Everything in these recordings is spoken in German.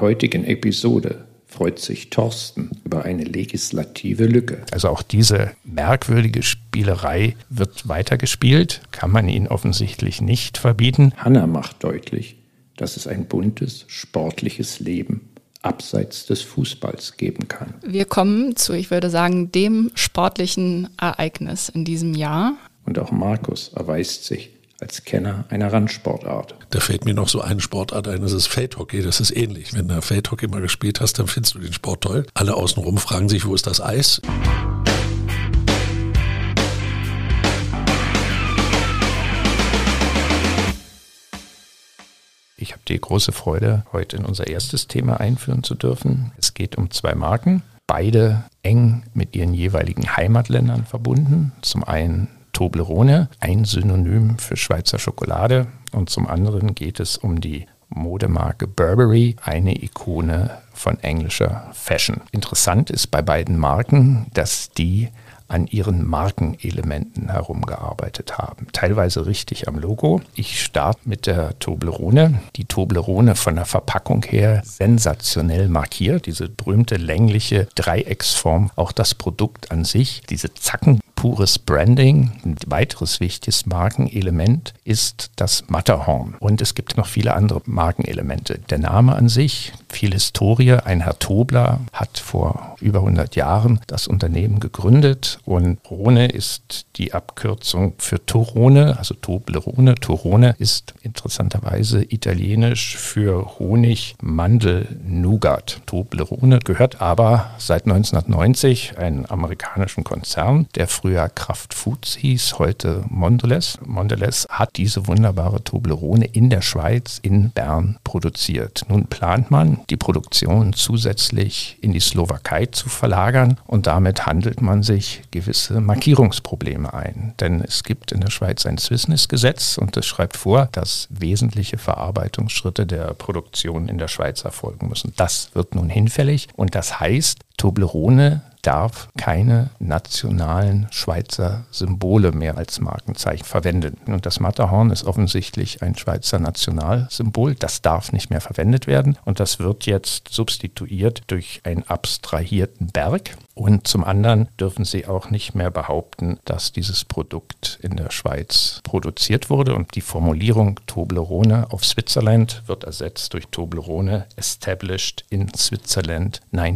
heutigen Episode freut sich Thorsten über eine legislative Lücke. Also auch diese merkwürdige Spielerei wird weitergespielt, kann man ihn offensichtlich nicht verbieten. Hanna macht deutlich, dass es ein buntes, sportliches Leben abseits des Fußballs geben kann. Wir kommen zu, ich würde sagen, dem sportlichen Ereignis in diesem Jahr. Und auch Markus erweist sich als Kenner einer Randsportart. Da fällt mir noch so eine Sportart ein, das ist Feldhockey. Das ist ähnlich. Wenn du Feldhockey mal gespielt hast, dann findest du den Sport toll. Alle außenrum fragen sich, wo ist das Eis? Ich habe die große Freude, heute in unser erstes Thema einführen zu dürfen. Es geht um 2 Marken, beide eng mit ihren jeweiligen Heimatländern verbunden. Zum einen Toblerone, ein Synonym für Schweizer Schokolade, und zum anderen geht es um die Modemarke Burberry, eine Ikone von englischer Fashion. Interessant ist bei beiden Marken, dass die an ihren Markenelementen herumgearbeitet haben. Teilweise richtig am Logo. Ich starte mit der Toblerone. Die Toblerone von der Verpackung her sensationell markiert. Diese berühmte längliche Dreiecksform. Auch das Produkt an sich, diese Zacken. Pures Branding. Ein weiteres wichtiges Markenelement ist das Matterhorn. Und es gibt noch viele andere Markenelemente. Der Name an sich, viel Historie. Ein Herr Tobler hat vor über 100 Jahren das Unternehmen gegründet. Und Rone ist die Abkürzung für Torone, also Toblerone. Torone ist interessanterweise italienisch für Honig, Mandel, Nougat. Toblerone gehört aber seit 1990 einem amerikanischen Konzern, der früher Kraft Foods hieß, heute Mondelez. Mondelez hat diese wunderbare Toblerone in der Schweiz, in Bern, produziert. Nun plant man, die Produktion zusätzlich in die Slowakei zu verlagern, und damit handelt man sich gewisse Markierungsprobleme ein. Denn es gibt in der Schweiz ein Swissness-Gesetz, und das schreibt vor, dass wesentliche Verarbeitungsschritte der Produktion in der Schweiz erfolgen müssen. Das wird nun hinfällig, und das heißt, Toblerone darf keine nationalen Schweizer Symbole mehr als Markenzeichen verwenden. Und das Matterhorn ist offensichtlich ein Schweizer Nationalsymbol. Das darf nicht mehr verwendet werden. Und das wird jetzt substituiert durch einen abstrahierten Berg. Und zum anderen dürfen sie auch nicht mehr behaupten, dass dieses Produkt in der Schweiz produziert wurde. Und die Formulierung Toblerone of Switzerland wird ersetzt durch Toblerone established in Switzerland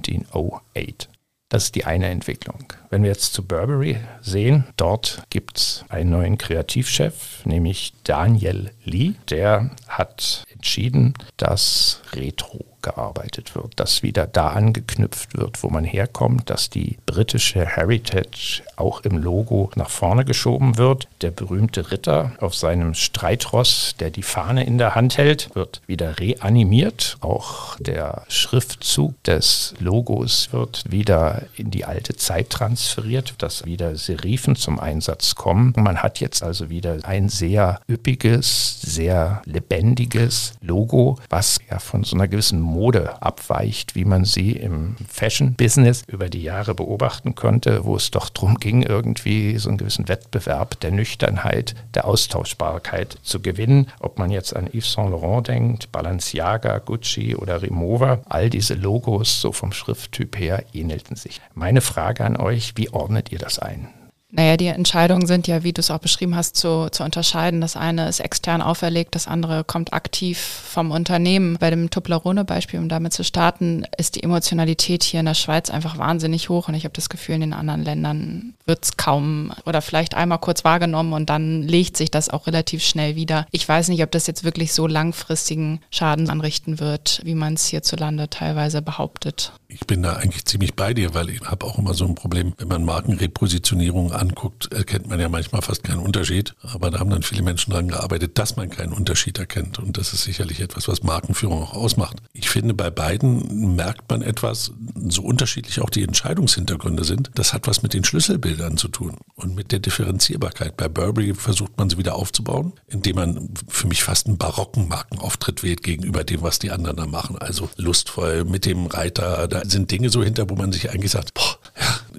1908. Das ist die eine Entwicklung. Wenn wir jetzt zu Burberry sehen, dort gibt es einen neuen Kreativchef, nämlich Daniel Lee. Der hat entschieden, dass Retro gearbeitet wird, dass wieder da angeknüpft wird, wo man herkommt, dass die britische Heritage auch im Logo nach vorne geschoben wird. Der berühmte Ritter auf seinem Streitross, der die Fahne in der Hand hält, wird wieder reanimiert. Auch der Schriftzug des Logos wird wieder in die alte Zeit transferiert, dass wieder Serifen zum Einsatz kommen. Man hat jetzt also wieder ein sehr üppiges, sehr lebendiges Logo, was ja von so einer gewissen Mode abweicht, wie man sie im Fashion-Business über die Jahre beobachten konnte, wo es doch darum ging, irgendwie so einen gewissen Wettbewerb der Nüchternheit, der Austauschbarkeit zu gewinnen. Ob man jetzt an Yves Saint Laurent denkt, Balenciaga, Gucci oder Rimowa, all diese Logos so vom Schrifttyp her ähnelten sich. Meine Frage an euch, wie ordnet ihr das ein? Naja, die Entscheidungen sind ja, wie du es auch beschrieben hast, zu unterscheiden. Das eine ist extern auferlegt, das andere kommt aktiv vom Unternehmen. Bei dem Toblerone-Beispiel, um damit zu starten, ist die Emotionalität hier in der Schweiz einfach wahnsinnig hoch. Und ich habe das Gefühl, in den anderen Ländern wird es kaum oder vielleicht einmal kurz wahrgenommen und dann legt sich das auch relativ schnell wieder. Ich weiß nicht, ob das jetzt wirklich so langfristigen Schaden anrichten wird, wie man es hierzulande teilweise behauptet. Ich bin da eigentlich ziemlich bei dir, weil ich habe auch immer so ein Problem, wenn man Markenrepositionierung anguckt, erkennt man ja manchmal fast keinen Unterschied. Aber da haben dann viele Menschen daran gearbeitet, dass man keinen Unterschied erkennt. Und das ist sicherlich etwas, was Markenführung auch ausmacht. Ich finde, bei beiden merkt man etwas, so unterschiedlich auch die Entscheidungshintergründe sind. Das hat was mit den Schlüsselbildern zu tun und mit der Differenzierbarkeit. Bei Burberry versucht man sie wieder aufzubauen, indem man für mich fast einen barocken Markenauftritt wählt gegenüber dem, was die anderen da machen. Also lustvoll mit dem Reiter. Da sind Dinge so hinter, wo man sich eigentlich sagt, boah, ja,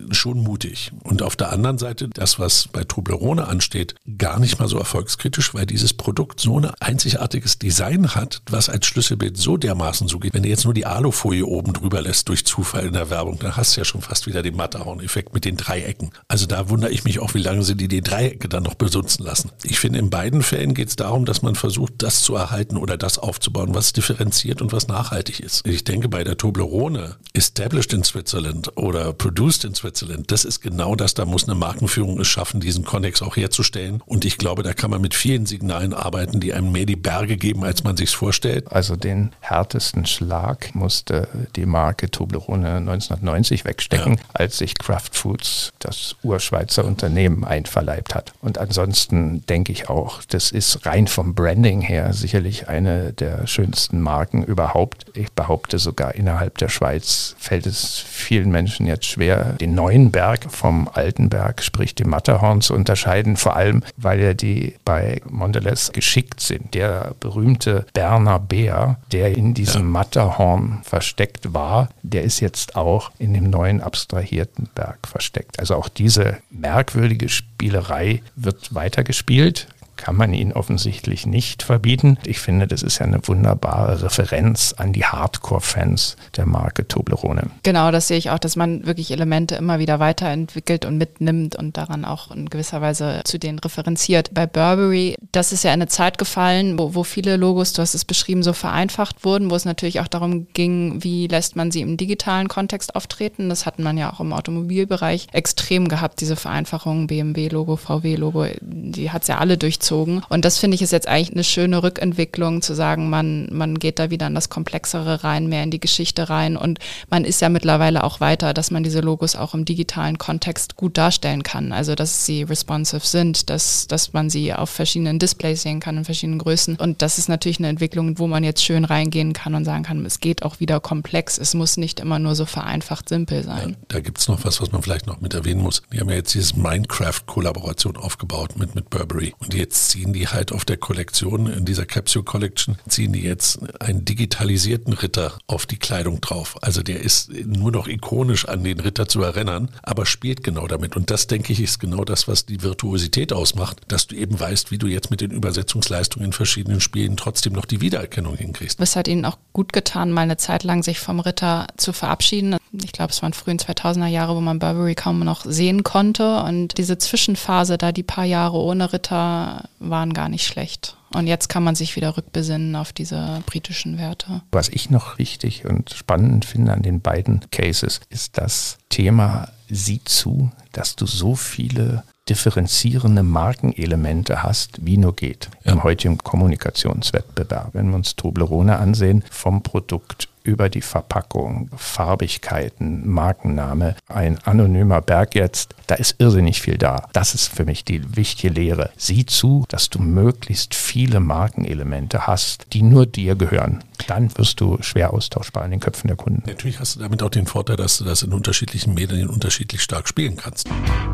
schon mutig. Und auf der anderen Seite, das, was bei Toblerone ansteht, gar nicht mal so erfolgskritisch, weil dieses Produkt so ein einzigartiges Design hat, was als Schlüsselbild so dermaßen so geht. Wenn du jetzt nur die Alufolie oben drüber lässt durch Zufall in der Werbung, dann hast du ja schon fast wieder den Matterhorn-Effekt mit den Dreiecken. Also da wundere ich mich auch, wie lange sie die Dreiecke dann noch benutzen lassen. Ich finde, in beiden Fällen geht es darum, dass man versucht, das zu erhalten oder das aufzubauen, was differenziert und was nachhaltig ist. Ich denke, bei der Toblerone, established in Switzerland oder produced in Switzerland, das ist genau das, da muss eine Markenführung es schaffen, diesen Kontext auch herzustellen. Und ich glaube, da kann man mit vielen Signalen arbeiten, die einem mehr die Berge geben, als man sich's vorstellt. Also den härtesten Schlag musste die Marke Toblerone 1990 wegstecken, als sich Kraft Foods, das Urschweizer Unternehmen, einverleibt hat. Und ansonsten denke ich auch, das ist rein vom Branding her sicherlich eine der schönsten Marken überhaupt. Ich behaupte sogar, innerhalb der Schweiz fällt es vielen Menschen jetzt schwer, den neuen Berg vom alten Berg, sprich dem Matterhorn, zu unterscheiden. Vor allem, weil ja die bei Mondelez geschickt sind. Der berühmte Berner Bär, der in diesem Matterhorn versteckt war, der ist jetzt auch in dem neuen abstrahierten Berg versteckt. Also auch diese merkwürdige Spielerei wird weitergespielt. Kann man ihn offensichtlich nicht verbieten. Ich finde, das ist ja eine wunderbare Referenz an die Hardcore-Fans der Marke Toblerone. Genau, das sehe ich auch, dass man wirklich Elemente immer wieder weiterentwickelt und mitnimmt und daran auch in gewisser Weise zu denen referenziert. Bei Burberry, das ist ja in eine Zeit gefallen, wo viele Logos, du hast es beschrieben, so vereinfacht wurden, wo es natürlich auch darum ging, wie lässt man sie im digitalen Kontext auftreten. Das hatten man ja auch im Automobilbereich extrem gehabt, diese Vereinfachung, BMW-Logo, VW-Logo, die hat es ja alle durchzogen. Und das finde ich ist jetzt eigentlich eine schöne Rückentwicklung, zu sagen, man geht da wieder in das Komplexere rein, mehr in die Geschichte rein, und man ist ja mittlerweile auch weiter, dass man diese Logos auch im digitalen Kontext gut darstellen kann. Also dass sie responsive sind, dass man sie auf verschiedenen Displays sehen kann, in verschiedenen Größen, und das ist natürlich eine Entwicklung, wo man jetzt schön reingehen kann und sagen kann, es geht auch wieder komplex, es muss nicht immer nur so vereinfacht simpel sein. Ja, da gibt es noch was man vielleicht noch mit erwähnen muss. Die haben ja jetzt dieses Minecraft-Kollaboration aufgebaut mit Burberry, und jetzt ziehen die halt auf der Kollektion, in dieser Capsule Collection, ziehen die jetzt einen digitalisierten Ritter auf die Kleidung drauf. Also der ist nur noch ikonisch an den Ritter zu erinnern, aber spielt genau damit. Und das, denke ich, ist genau das, was die Virtuosität ausmacht, dass du eben weißt, wie du jetzt mit den Übersetzungsleistungen in verschiedenen Spielen trotzdem noch die Wiedererkennung hinkriegst. Es hat ihnen auch gut getan, mal eine Zeit lang sich vom Ritter zu verabschieden. Ich glaube, es waren frühen 2000er Jahre, wo man Burberry kaum noch sehen konnte, und diese Zwischenphase, da die paar Jahre ohne Ritter, waren gar nicht schlecht. Und jetzt kann man sich wieder rückbesinnen auf diese britischen Werte. Was ich noch wichtig und spannend finde an den beiden Cases, ist das Thema, sieh zu, dass du so viele differenzierende Markenelemente hast, wie nur geht, im heutigen Kommunikationswettbewerb. Wenn wir uns Toblerone ansehen, vom Produkt über die Verpackung, Farbigkeiten, Markenname, ein anonymer Berg jetzt, da ist irrsinnig viel da. Das ist für mich die wichtige Lehre. Sieh zu, dass du möglichst viele Markenelemente hast, die nur dir gehören. Dann wirst du schwer austauschbar in den Köpfen der Kunden. Natürlich hast du damit auch den Vorteil, dass du das in unterschiedlichen Medien unterschiedlich stark spielen kannst.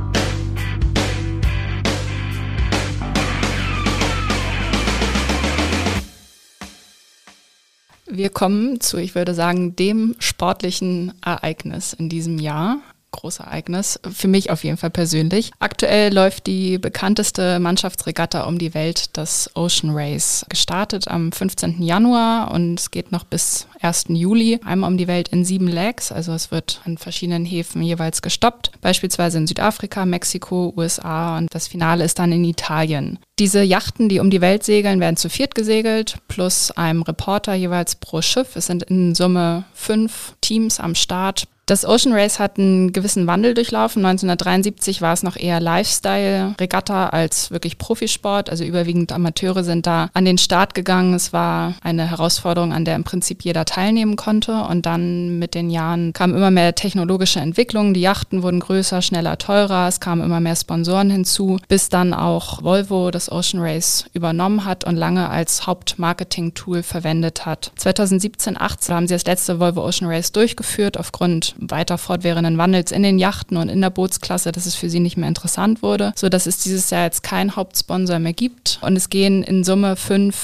Wir kommen zu, ich würde sagen, dem sportlichen Ereignis in diesem Jahr. Großereignis, für mich auf jeden Fall persönlich. Aktuell läuft die bekannteste Mannschaftsregatta um die Welt, das Ocean Race. Gestartet am 15. Januar und es geht noch bis 1. Juli. Einmal um die Welt in 7 Legs, also es wird an verschiedenen Häfen jeweils gestoppt. Beispielsweise in Südafrika, Mexiko, USA, und das Finale ist dann in Italien. Diese Yachten, die um die Welt segeln, werden zu 4 gesegelt, plus einem Reporter jeweils pro Schiff. Es sind in Summe 5 Teams am Start. Das Ocean Race hat einen gewissen Wandel durchlaufen. 1973 war es noch eher Lifestyle-Regatta als wirklich Profisport. Also überwiegend Amateure sind da an den Start gegangen. Es war eine Herausforderung, an der im Prinzip jeder teilnehmen konnte. Und dann mit den Jahren kam immer mehr technologische Entwicklung. Die Yachten wurden größer, schneller, teurer. Es kamen immer mehr Sponsoren hinzu, bis dann auch Volvo das Ocean Race übernommen hat und lange als Hauptmarketing-Tool verwendet hat. 2017/18 haben sie das letzte Volvo Ocean Race durchgeführt aufgrund weiter fortwährenden Wandels in den Yachten und in der Bootsklasse, dass es für sie nicht mehr interessant wurde, so dass es dieses Jahr jetzt keinen Hauptsponsor mehr gibt. Und es gehen in Summe 5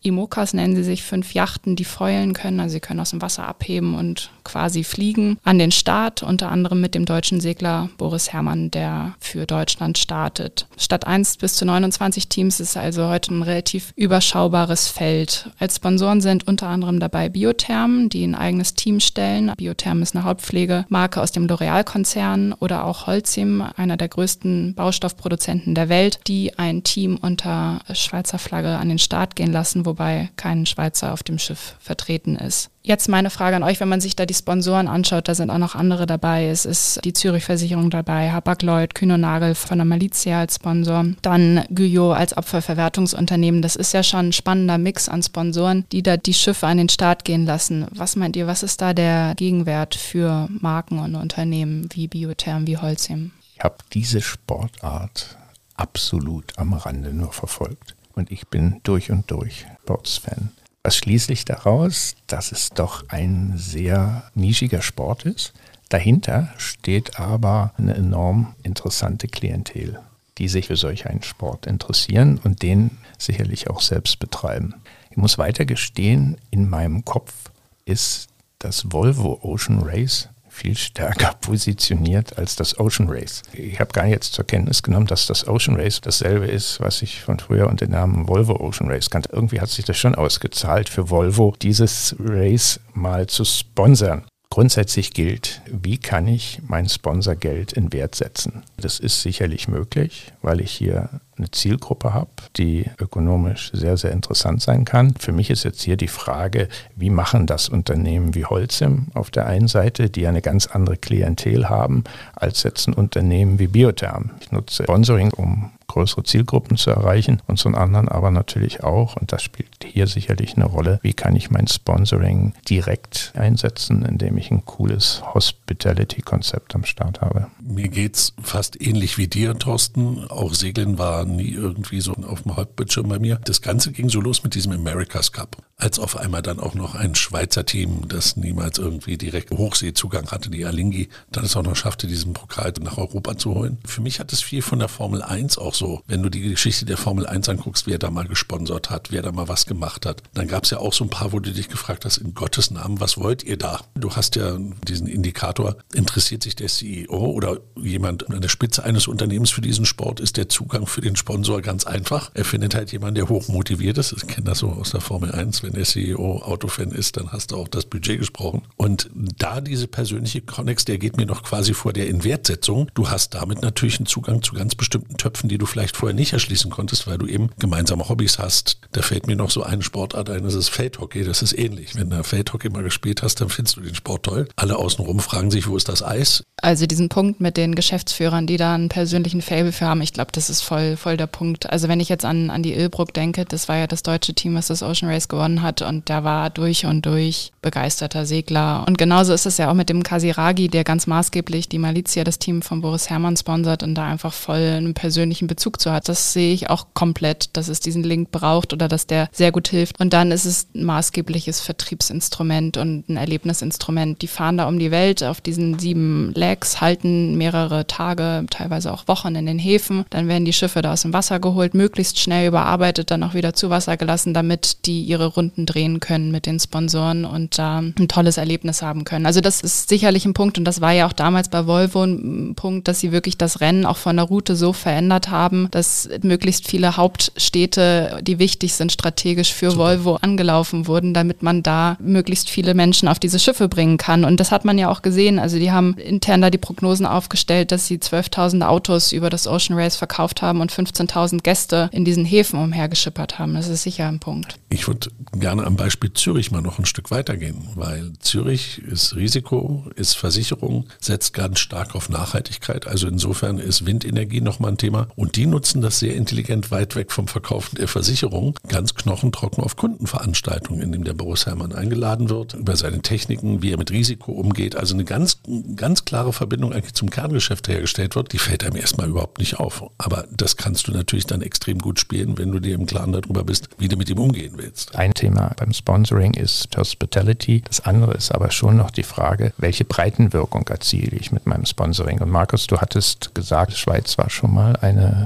IMOCAs nennen sie sich, 5 Yachten, die foilen können. Also sie können aus dem Wasser abheben und quasi fliegen an den Start, unter anderem mit dem deutschen Segler Boris Herrmann, der für Deutschland startet. Statt 1 bis zu 29 Teams ist also heute ein relativ überschaubares Feld. Als Sponsoren sind unter anderem dabei Biotherm, die ein eigenes Team stellen. Biotherm ist eine Hauptpflegemarke aus dem L'Oreal-Konzern, oder auch Holcim, einer der größten Baustoffproduzenten der Welt, die ein Team unter Schweizer Flagge an den Start gehen lassen, wobei kein Schweizer auf dem Schiff vertreten ist. Jetzt meine Frage an euch, wenn man sich da die Sponsoren anschaut, da sind auch noch andere dabei. Es ist die Zürich-Versicherung dabei, Hapag-Lloyd, Kühn & Nagel von der Malizia als Sponsor, dann Guyot als Abfallverwertungsunternehmen. Das ist ja schon ein spannender Mix an Sponsoren, die da die Schiffe an den Start gehen lassen. Was meint ihr, was ist da der Gegenwert für Marken und Unternehmen wie Biotherm, wie Holcim? Ich habe diese Sportart absolut am Rande nur verfolgt. Und ich bin durch und durch Sportsfan. Was schließe ich daraus? Dass es doch ein sehr nischiger Sport ist. Dahinter steht aber eine enorm interessante Klientel, die sich für solch einen Sport interessieren und den sicherlich auch selbst betreiben. Ich muss weiter gestehen, in meinem Kopf ist das Volvo Ocean Race viel stärker positioniert als das Ocean Race. Ich habe gar nicht jetzt zur Kenntnis genommen, dass das Ocean Race dasselbe ist, was ich von früher unter dem Namen Volvo Ocean Race kannte. Irgendwie hat sich das schon ausgezahlt für Volvo, dieses Race mal zu sponsern. Grundsätzlich gilt, wie kann ich mein Sponsorgeld in Wert setzen? Das ist sicherlich möglich, weil ich hier eine Zielgruppe habe, die ökonomisch sehr, sehr interessant sein kann. Für mich ist jetzt hier die Frage, wie machen das Unternehmen wie Holcim auf der einen Seite, die ja eine ganz andere Klientel haben, als jetzt ein Unternehmen wie Biotherm. Ich nutze Sponsoring, um größere Zielgruppen zu erreichen und zum anderen aber natürlich auch, und das spielt hier sicherlich eine Rolle, wie kann ich mein Sponsoring direkt einsetzen, indem ich ein cooles Hospitality-Konzept am Start habe. Mir geht's fast ähnlich wie dir, Thorsten. Auch Segeln war nie irgendwie so auf dem Hauptbildschirm bei mir. Das Ganze ging so los mit diesem America's Cup, als auf einmal dann auch noch ein Schweizer Team, das niemals irgendwie direkt Hochseezugang hatte, die Alinghi, dann es auch noch schaffte, diesen Pokal nach Europa zu holen. Für mich hat es viel von der Formel 1 auch so, wenn du die Geschichte der Formel 1 anguckst, wer da mal gesponsert hat, wer da mal was gemacht hat. Dann gab es ja auch so ein paar, wo du dich gefragt hast, in Gottes Namen, was wollt ihr da? Du hast ja diesen Indikator, interessiert sich der CEO oder jemand an der Spitze eines Unternehmens für diesen Sport, ist der Zugang für den Sponsor ganz einfach. Er findet halt jemanden, der hoch motiviert ist. Ich kenne das so aus der Formel 1, wenn der CEO Autofan ist, dann hast du auch das Budget gesprochen. Und da diese persönliche Connex, der geht mir noch quasi vor der Inwertsetzung. Du hast damit natürlich einen Zugang zu ganz bestimmten Töpfen, die du vielleicht vorher nicht erschließen konntest, weil du eben gemeinsame Hobbys hast. Da fällt mir noch so eine Sportart ein, das ist Feldhockey. Das ist ähnlich. Wenn du Feldhockey mal gespielt hast, dann findest du den Sport toll. Alle außenrum fragen sich, wo ist das Eis? Also diesen Punkt mit den Geschäftsführern, die da einen persönlichen Faible für haben, ich glaube, das ist voll der Punkt. Also wenn ich jetzt an die Ilbruck denke, das war ja das deutsche Team, was das Ocean Race gewonnen hat und der war durch und durch begeisterter Segler. Und genauso ist es ja auch mit dem Casiraghi, der ganz maßgeblich die Malizia, das Team von Boris Herrmann, sponsert und da einfach voll einen persönlichen Bezug zu hat. Das sehe ich auch komplett, dass es diesen Link braucht oder dass der sehr gut hilft. Und dann ist es ein maßgebliches Vertriebsinstrument und ein Erlebnisinstrument. Die fahren da um die Welt auf diesen 7 Legs, halten mehrere Tage, teilweise auch Wochen in den Häfen. Dann werden die Schiffe da aus dem Wasser geholt, möglichst schnell überarbeitet, dann auch wieder zu Wasser gelassen, damit die ihre Runden drehen können mit den Sponsoren und da ein tolles Erlebnis haben können. Also das ist sicherlich ein Punkt und das war ja auch damals bei Volvo ein Punkt, dass sie wirklich das Rennen auch von der Route so verändert haben, dass möglichst viele Hauptstädte, die wichtig sind strategisch für Volvo, angelaufen wurden, damit man da möglichst viele Menschen auf diese Schiffe bringen kann. Und das hat man ja auch gesehen. Also die haben intern da die Prognosen aufgestellt, dass sie 12.000 Autos über das Ocean Race verkauft haben und 15.000 Gäste in diesen Häfen umhergeschippert haben. Das ist sicher ein Punkt. Ich würde gerne am Beispiel Zürich mal noch ein Stück weitergehen, weil Zürich ist Risiko, ist Versicherung, setzt ganz stark auf Nachhaltigkeit. Also insofern ist Windenergie nochmal ein Thema. Und die nutzen das sehr intelligent weit weg vom Verkaufen der Versicherung, ganz knochentrocken auf Kundenveranstaltungen, in denen der Boris Herrmann eingeladen wird, über seine Techniken, wie er mit Risiko umgeht. Also eine ganz klare Verbindung eigentlich zum Kerngeschäft hergestellt wird, die fällt einem erstmal überhaupt nicht auf. Aber das kannst du natürlich dann extrem gut spielen, wenn du dir im Klaren darüber bist, wie du mit ihm umgehen willst. Ein Thema beim Sponsoring ist Hospitality. Das andere ist aber schon noch die Frage, welche Breitenwirkung erziele ich mit meinem Sponsoring? Und Markus, du hattest gesagt, Schweiz war schon mal eine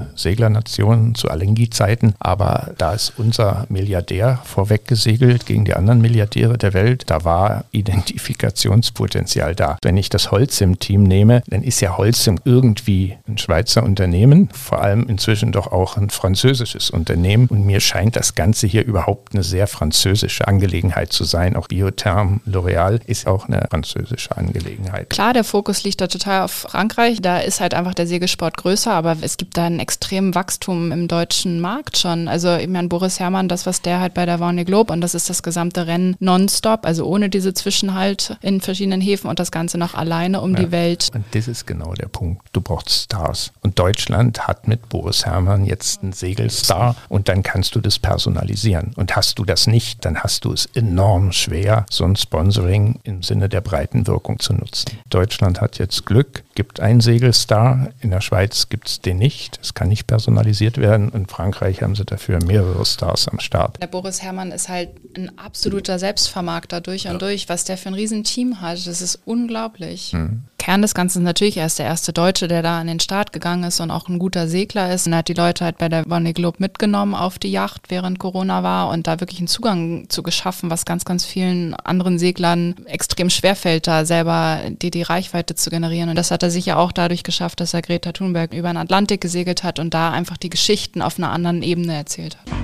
Seglernation zu Allengi-Zeiten, aber da ist unser Milliardär vorweg gesegelt gegen die anderen Milliardäre der Welt. Da war Identifikationspotenzial da. Wenn ich das Holcim Team nehme, dann ist ja Holcim irgendwie ein Schweizer Unternehmen, vor allem inzwischen doch auch ein französisches Unternehmen. Und mir scheint das Ganze hier überhaupt eine sehr französische Angelegenheit zu sein. Auch Biotherm, L'Oréal ist auch eine französische Angelegenheit. Klar, der Fokus liegt da total auf Frankreich. Da ist halt einfach der Segelsport größer, aber es gibt da einen extremen Wachstum im deutschen Markt schon. Also ich meine, Boris Herrmann, das, was der halt bei der Vendée Globe, und das ist das gesamte Rennen nonstop, also ohne diese Zwischenhalt in verschiedenen Häfen und das Ganze noch alleine um die Welt. Und das ist genau der Punkt. Du brauchst Stars. Und Deutschland hat mit Boris Herrmann jetzt einen Segelstar und dann kannst du das personalisieren. Und hast du das nicht, dann hast du es enorm schwer, so ein Sponsoring im Sinne der breiten Wirkung zu nutzen. Deutschland hat jetzt Glück, gibt einen Segelstar, in der Schweiz gibt es den nicht, es kann nicht personalisiert werden. In Frankreich haben sie dafür mehrere Stars am Start. Der Boris Herrmann ist halt ein absoluter Selbstvermarkter durch und durch. Was der für ein Riesenteam hat, das ist unglaublich. Kern des Ganzen ist natürlich, er ist der erste Deutsche, der da an den Start gegangen ist und auch ein guter Segler ist. Und er hat die Leute halt bei der Vendée Globe mitgenommen auf die Yacht, während Corona war, und da wirklich einen Zugang zu geschaffen, was ganz, ganz vielen anderen Seglern extrem schwerfällt, da selber die Reichweite zu generieren. Und das hat er sicher auch dadurch geschafft, dass er Greta Thunberg über den Atlantik gesegelt hat und da einfach die Geschichten auf einer anderen Ebene erzählt hat.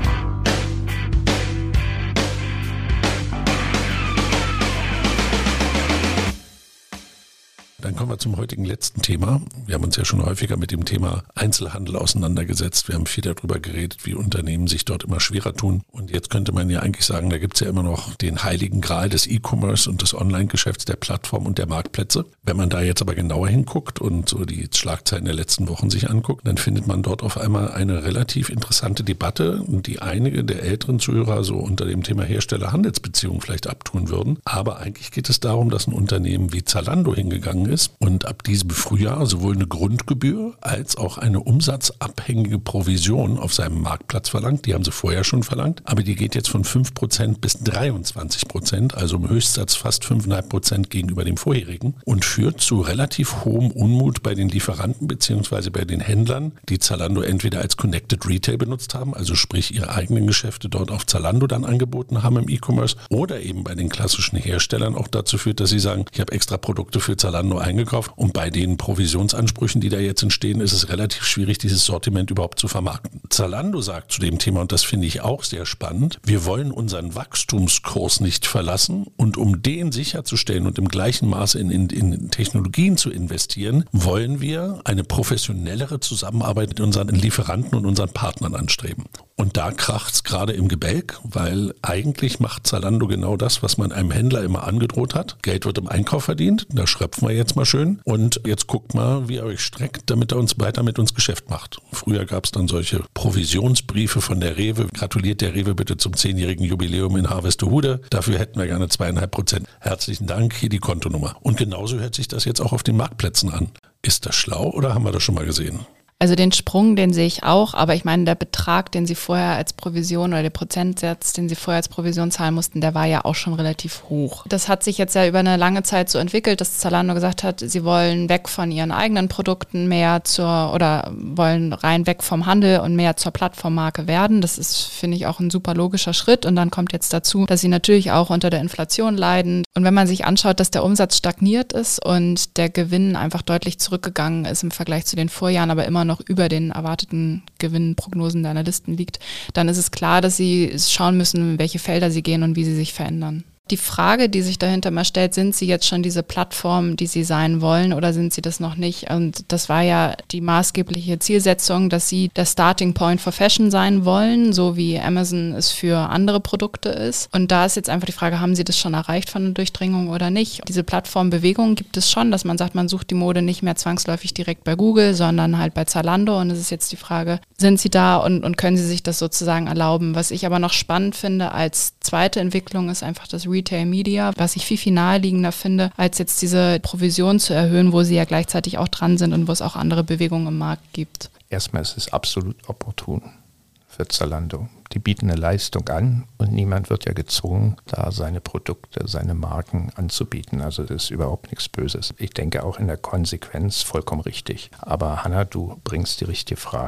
Dann kommen wir zum heutigen letzten Thema. Wir haben uns ja schon häufiger mit dem Thema Einzelhandel auseinandergesetzt. Wir haben viel darüber geredet, wie Unternehmen sich dort immer schwerer tun. Und jetzt könnte man ja eigentlich sagen, da gibt es ja immer noch den heiligen Gral des E-Commerce und des Online-Geschäfts, der Plattform und der Marktplätze. Wenn man da jetzt aber genauer hinguckt und so die Schlagzeilen der letzten Wochen sich anguckt, dann findet man dort auf einmal eine relativ interessante Debatte, die einige der älteren Zuhörer so unter dem Thema Hersteller-Handelsbeziehungen vielleicht abtun würden. Aber eigentlich geht es darum, dass ein Unternehmen wie Zalando hingegangen ist und ab diesem Frühjahr sowohl eine Grundgebühr als auch eine umsatzabhängige Provision auf seinem Marktplatz verlangt. Die haben sie vorher schon verlangt, aber die geht jetzt von 5% bis 23%, also im Höchstsatz fast 5,5% gegenüber dem vorherigen, und führt zu relativ hohem Unmut bei den Lieferanten bzw. bei den Händlern, die Zalando entweder als Connected Retail benutzt haben, also sprich ihre eigenen Geschäfte dort auf Zalando dann angeboten haben im E-Commerce, oder eben bei den klassischen Herstellern auch dazu führt, dass sie sagen, ich habe extra Produkte für Zalando eingekauft, und bei den Provisionsansprüchen, die da jetzt entstehen, ist es relativ schwierig, dieses Sortiment überhaupt zu vermarkten. Zalando sagt zu dem Thema, und das finde ich auch sehr spannend, wir wollen unseren Wachstumskurs nicht verlassen, und um den sicherzustellen und im gleichen Maße in Technologien zu investieren, wollen wir eine professionellere Zusammenarbeit mit unseren Lieferanten und unseren Partnern anstreben. Und da kracht es gerade im Gebälk, weil eigentlich macht Zalando genau das, was man einem Händler immer angedroht hat. Geld wird im Einkauf verdient, da schröpfen wir jetzt mal schön, und jetzt guckt mal, wie ihr euch streckt, damit er uns weiter mit uns Geschäft macht. Früher gab es dann solche Provisionsbriefe von der Rewe. Gratuliert der Rewe bitte zum 10-jährigen Jubiläum in Harvestehude. Dafür hätten wir gerne 2,5%. Herzlichen Dank, hier die Kontonummer. Und genauso hört sich das jetzt auch auf den Marktplätzen an. Ist das schlau oder haben wir das schon mal gesehen? Also den Sprung, den sehe ich auch, aber ich meine, der Betrag, den sie vorher als Provision oder der Prozentsatz, den sie vorher als Provision zahlen mussten, der war ja auch schon relativ hoch. Das hat sich jetzt ja über eine lange Zeit so entwickelt, dass Zalando gesagt hat, sie wollen weg von ihren eigenen Produkten wollen rein weg vom Handel und mehr zur Plattformmarke werden. Das ist, finde ich, auch ein super logischer Schritt, und dann kommt jetzt dazu, dass sie natürlich auch unter der Inflation leiden. Und wenn man sich anschaut, dass der Umsatz stagniert ist und der Gewinn einfach deutlich zurückgegangen ist im Vergleich zu den Vorjahren, aber immer noch über den erwarteten Gewinnprognosen der Analysten liegt, dann ist es klar, dass sie schauen müssen, in welche Felder sie gehen und wie sie sich verändern. Die Frage, die sich dahinter mal stellt, sind sie jetzt schon diese Plattform, die sie sein wollen, oder sind sie das noch nicht? Und das war ja die maßgebliche Zielsetzung, dass sie der Starting Point for Fashion sein wollen, so wie Amazon es für andere Produkte ist. Und da ist jetzt einfach die Frage, haben sie das schon erreicht von der Durchdringung oder nicht? Diese Plattformbewegung gibt es schon, dass man sagt, man sucht die Mode nicht mehr zwangsläufig direkt bei Google, sondern halt bei Zalando. Und es ist jetzt die Frage, sind sie da und können sie sich das sozusagen erlauben? Was ich aber noch spannend finde als zweite Entwicklung ist einfach das Retail Media, was ich viel naheliegender finde, als jetzt diese Provision zu erhöhen, wo sie ja gleichzeitig auch dran sind und wo es auch andere Bewegungen im Markt gibt. Erstmal ist es absolut opportun für Zalando. Die bieten eine Leistung an und niemand wird ja gezwungen, da seine Produkte, seine Marken anzubieten. Also das ist überhaupt nichts Böses. Ich denke auch in der Konsequenz vollkommen richtig. Aber Hanna, du bringst die richtige Frage.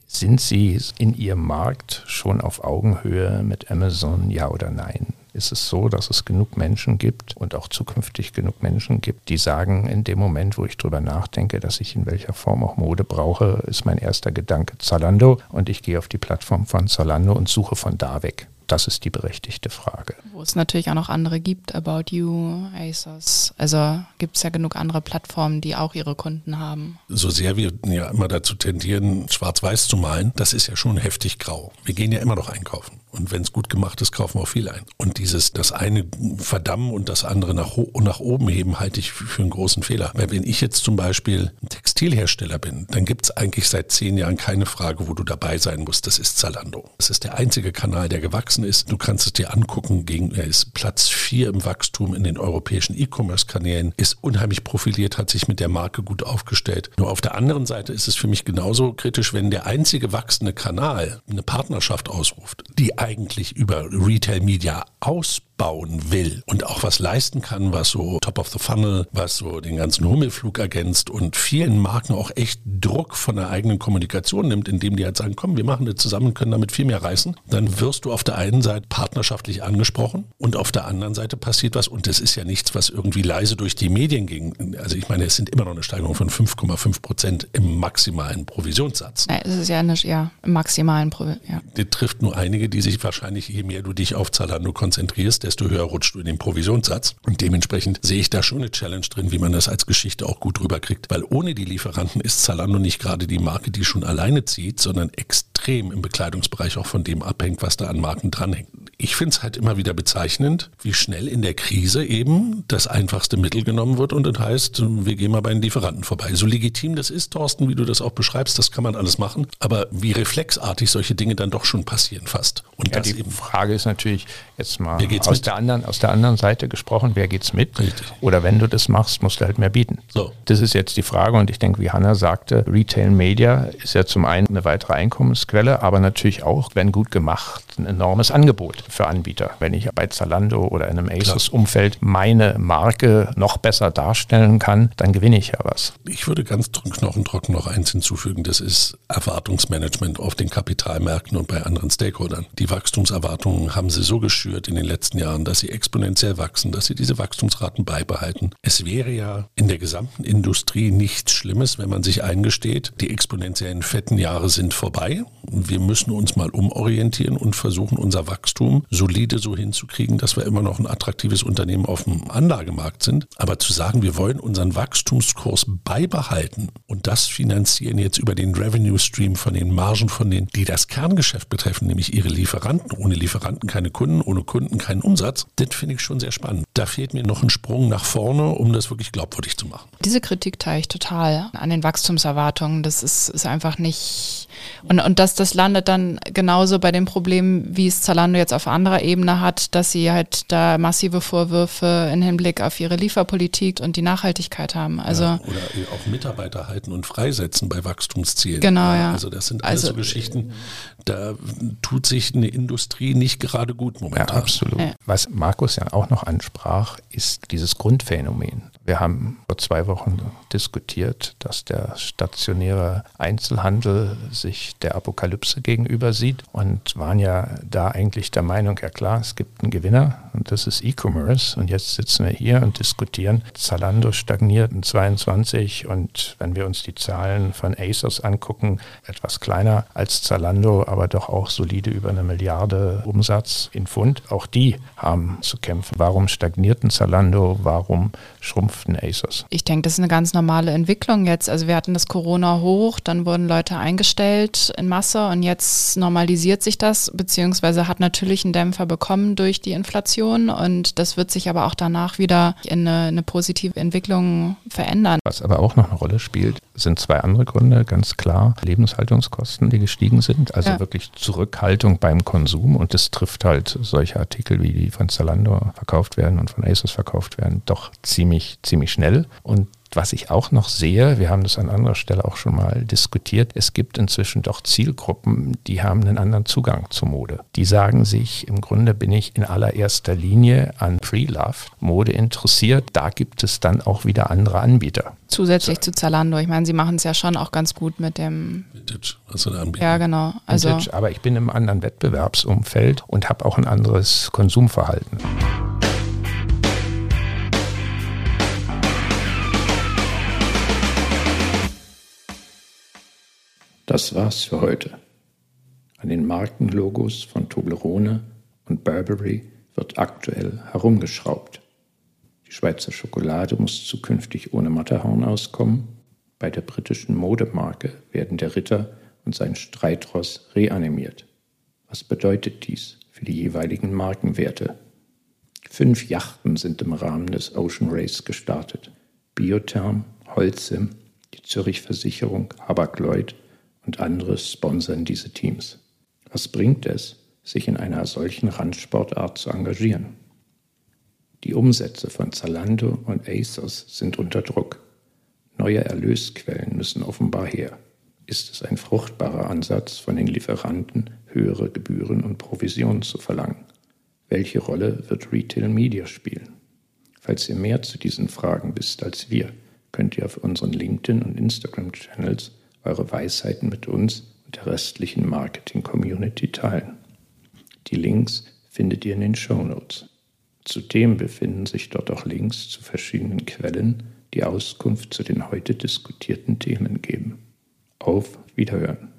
Sind Sie in Ihrem Markt schon auf Augenhöhe mit Amazon, ja oder nein? Ist es so, dass es genug Menschen gibt und auch zukünftig genug Menschen gibt, die sagen, in dem Moment, wo ich drüber nachdenke, dass ich in welcher Form auch Mode brauche, ist mein erster Gedanke Zalando und ich gehe auf die Plattform von Zalando und suche von da weg? Das ist die berechtigte Frage. Wo es natürlich auch noch andere gibt, About You, ASOS. Also gibt es ja genug andere Plattformen, die auch ihre Kunden haben. So sehr wir ja immer dazu tendieren, schwarz-weiß zu malen, das ist ja schon heftig grau. Wir gehen ja immer noch einkaufen. Und wenn es gut gemacht ist, kaufen wir auch viel ein. Und das eine verdammen und das andere nach oben heben, halte ich für einen großen Fehler. Weil wenn ich jetzt zum Beispiel ein Textilhersteller bin, dann gibt es eigentlich seit 10 Jahren keine Frage, wo du dabei sein musst. Das ist Zalando. Das ist der einzige Kanal, der gewachsen ist. Du kannst es dir angucken, er ist Platz 4 im Wachstum in den europäischen E-Commerce-Kanälen, ist unheimlich profiliert, hat sich mit der Marke gut aufgestellt. Nur auf der anderen Seite ist es für mich genauso kritisch, wenn der einzige wachsende Kanal eine Partnerschaft ausruft, die eigentlich über Retail Media ausbauen will und auch was leisten kann, was so Top of the Funnel, was so den ganzen Hummelflug ergänzt und vielen Marken auch echt Druck von der eigenen Kommunikation nimmt, indem die halt sagen, komm, wir machen das zusammen und können damit viel mehr reißen, dann wirst du auf der einen Seite partnerschaftlich angesprochen und auf der anderen Seite passiert was und das ist ja nichts, was irgendwie leise durch die Medien ging. Also ich meine, es sind immer noch eine Steigerung von 5,5% im maximalen Provisionssatz. Ja, es ist ja nicht, im maximalen ja. Das trifft nur einige, die sich wahrscheinlich, je mehr du dich auf Zalando konzentrierst, desto höher rutscht du in den Provisionssatz. Und dementsprechend sehe ich da schon eine Challenge drin, wie man das als Geschichte auch gut rüberkriegt. Weil ohne die Lieferanten ist Zalando nicht gerade die Marke, die schon alleine zieht, sondern extrem im Bekleidungsbereich auch von dem abhängt, was da an Marken dranhängt. Ich finde es halt immer wieder bezeichnend, wie schnell in der Krise eben das einfachste Mittel genommen wird und das heißt, wir gehen mal bei den Lieferanten vorbei. So legitim das ist, Thorsten, wie du das auch beschreibst, das kann man alles machen, aber wie reflexartig solche Dinge dann doch schon passieren fast. Und ja, das die eben Frage ist natürlich jetzt mal aus der anderen Seite gesprochen, wer geht's mit? Richtig. Oder wenn du das machst, musst du halt mehr bieten. So. Das ist jetzt die Frage und ich denke, wie Hanna sagte, Retail Media ist ja zum einen eine weitere Einkommensquelle, aber natürlich auch, wenn gut gemacht, ein enormes Angebot für Anbieter. Wenn ich bei Zalando oder in einem ASOS-Umfeld meine Marke noch besser darstellen kann, dann gewinne ich ja was. Ich würde ganz knochentrocken noch eins hinzufügen, das ist Erwartungsmanagement auf den Kapitalmärkten und bei anderen Stakeholdern. Die Wachstumserwartungen haben sie so geschürt in den letzten Jahren, dass sie exponentiell wachsen, dass sie diese Wachstumsraten beibehalten. Es wäre ja in der gesamten Industrie nichts Schlimmes, wenn man sich eingesteht, die exponentiellen fetten Jahre sind vorbei. Wir müssen uns mal umorientieren und versuchen, unser Wachstum solide so hinzukriegen, dass wir immer noch ein attraktives Unternehmen auf dem Anlagemarkt sind. Aber zu sagen, wir wollen unseren Wachstumskurs beibehalten und das finanzieren jetzt über den Revenue Stream von den Margen von denen, die das Kerngeschäft betreffen, nämlich ihre Lieferanten. Ohne Lieferanten keine Kunden, ohne Kunden keinen Umsatz. Das finde ich schon sehr spannend. Da fehlt mir noch ein Sprung nach vorne, um das wirklich glaubwürdig zu machen. Diese Kritik teile ich total an den Wachstumserwartungen. Das ist einfach nicht... Und das landet dann genauso bei den Problemen, wie es Zalando jetzt auf anderer Ebene hat, dass sie halt da massive Vorwürfe im Hinblick auf ihre Lieferpolitik und die Nachhaltigkeit haben. Also ja, oder auch Mitarbeiter halten und freisetzen bei Wachstumszielen. Genau, ja. Also das sind alles so Geschichten, da tut sich eine Industrie nicht gerade gut momentan. Ja, absolut. Ja. Was Markus ja auch noch ansprach, ist dieses Grundphänomen. Wir haben vor 2 Wochen diskutiert, dass der stationäre Einzelhandel sich der Apokalypse gegenüber sieht und waren ja da eigentlich der Meinung, ja klar, es gibt einen Gewinner und das ist E-Commerce und jetzt sitzen wir hier und diskutieren. Zalando stagniert in 22 und wenn wir uns die Zahlen von ASOS angucken, etwas kleiner als Zalando, aber doch auch solide über 1 Milliarde Umsatz in Pfund. Auch die haben zu kämpfen. Warum stagniert ein Zalando? Warum schrumpft ein ASOS? Ich denke, das ist eine ganz normale Entwicklung jetzt. Also wir hatten das Corona hoch, dann wurden Leute eingestellt in Masse und jetzt normalisiert sich das, beziehungsweise hat natürlich einen Dämpfer bekommen durch die Inflation und das wird sich aber auch danach wieder in eine positive Entwicklung verändern. Was aber auch noch eine Rolle spielt, sind 2 andere Gründe, ganz klar. Lebenshaltungskosten, die gestiegen sind, also wirklich Zurückhaltung beim Konsum und das trifft halt solche Artikel, wie die von Zalando verkauft werden und von ASOS verkauft werden, doch ziemlich schnell. Und was ich auch noch sehe, wir haben das an anderer Stelle auch schon mal diskutiert, es gibt inzwischen doch Zielgruppen, die haben einen anderen Zugang zur Mode. Die sagen sich, im Grunde bin ich in allererster Linie an Pre-Love-Mode interessiert. Da gibt es dann auch wieder andere Anbieter. Zusätzlich zu Zalando. Ich meine, sie machen es ja schon auch ganz gut mit dem Vintage, also der Anbieter. Ja, genau. Also Vintage, aber ich bin im anderen Wettbewerbsumfeld und habe auch ein anderes Konsumverhalten. Das war's für heute. An den Markenlogos von Toblerone und Burberry wird aktuell herumgeschraubt. Die Schweizer Schokolade muss zukünftig ohne Matterhorn auskommen. Bei der britischen Modemarke werden der Ritter und sein Streitross reanimiert. Was bedeutet dies für die jeweiligen Markenwerte? 5 Yachten sind im Rahmen des Ocean Race gestartet. Biotherm, Holcim, die Zürich Versicherung, Hapag-Lloyd und andere sponsern diese Teams. Was bringt es, sich in einer solchen Randsportart zu engagieren? Die Umsätze von Zalando und ASOS sind unter Druck. Neue Erlösquellen müssen offenbar her. Ist es ein fruchtbarer Ansatz, von den Lieferanten höhere Gebühren und Provisionen zu verlangen? Welche Rolle wird Retail Media spielen? Falls ihr mehr zu diesen Fragen wisst als wir, könnt ihr auf unseren LinkedIn- und Instagram-Channels eure Weisheiten mit uns und der restlichen Marketing-Community teilen. Die Links findet ihr in den Shownotes. Zudem befinden sich dort auch Links zu verschiedenen Quellen, die Auskunft zu den heute diskutierten Themen geben. Auf Wiederhören!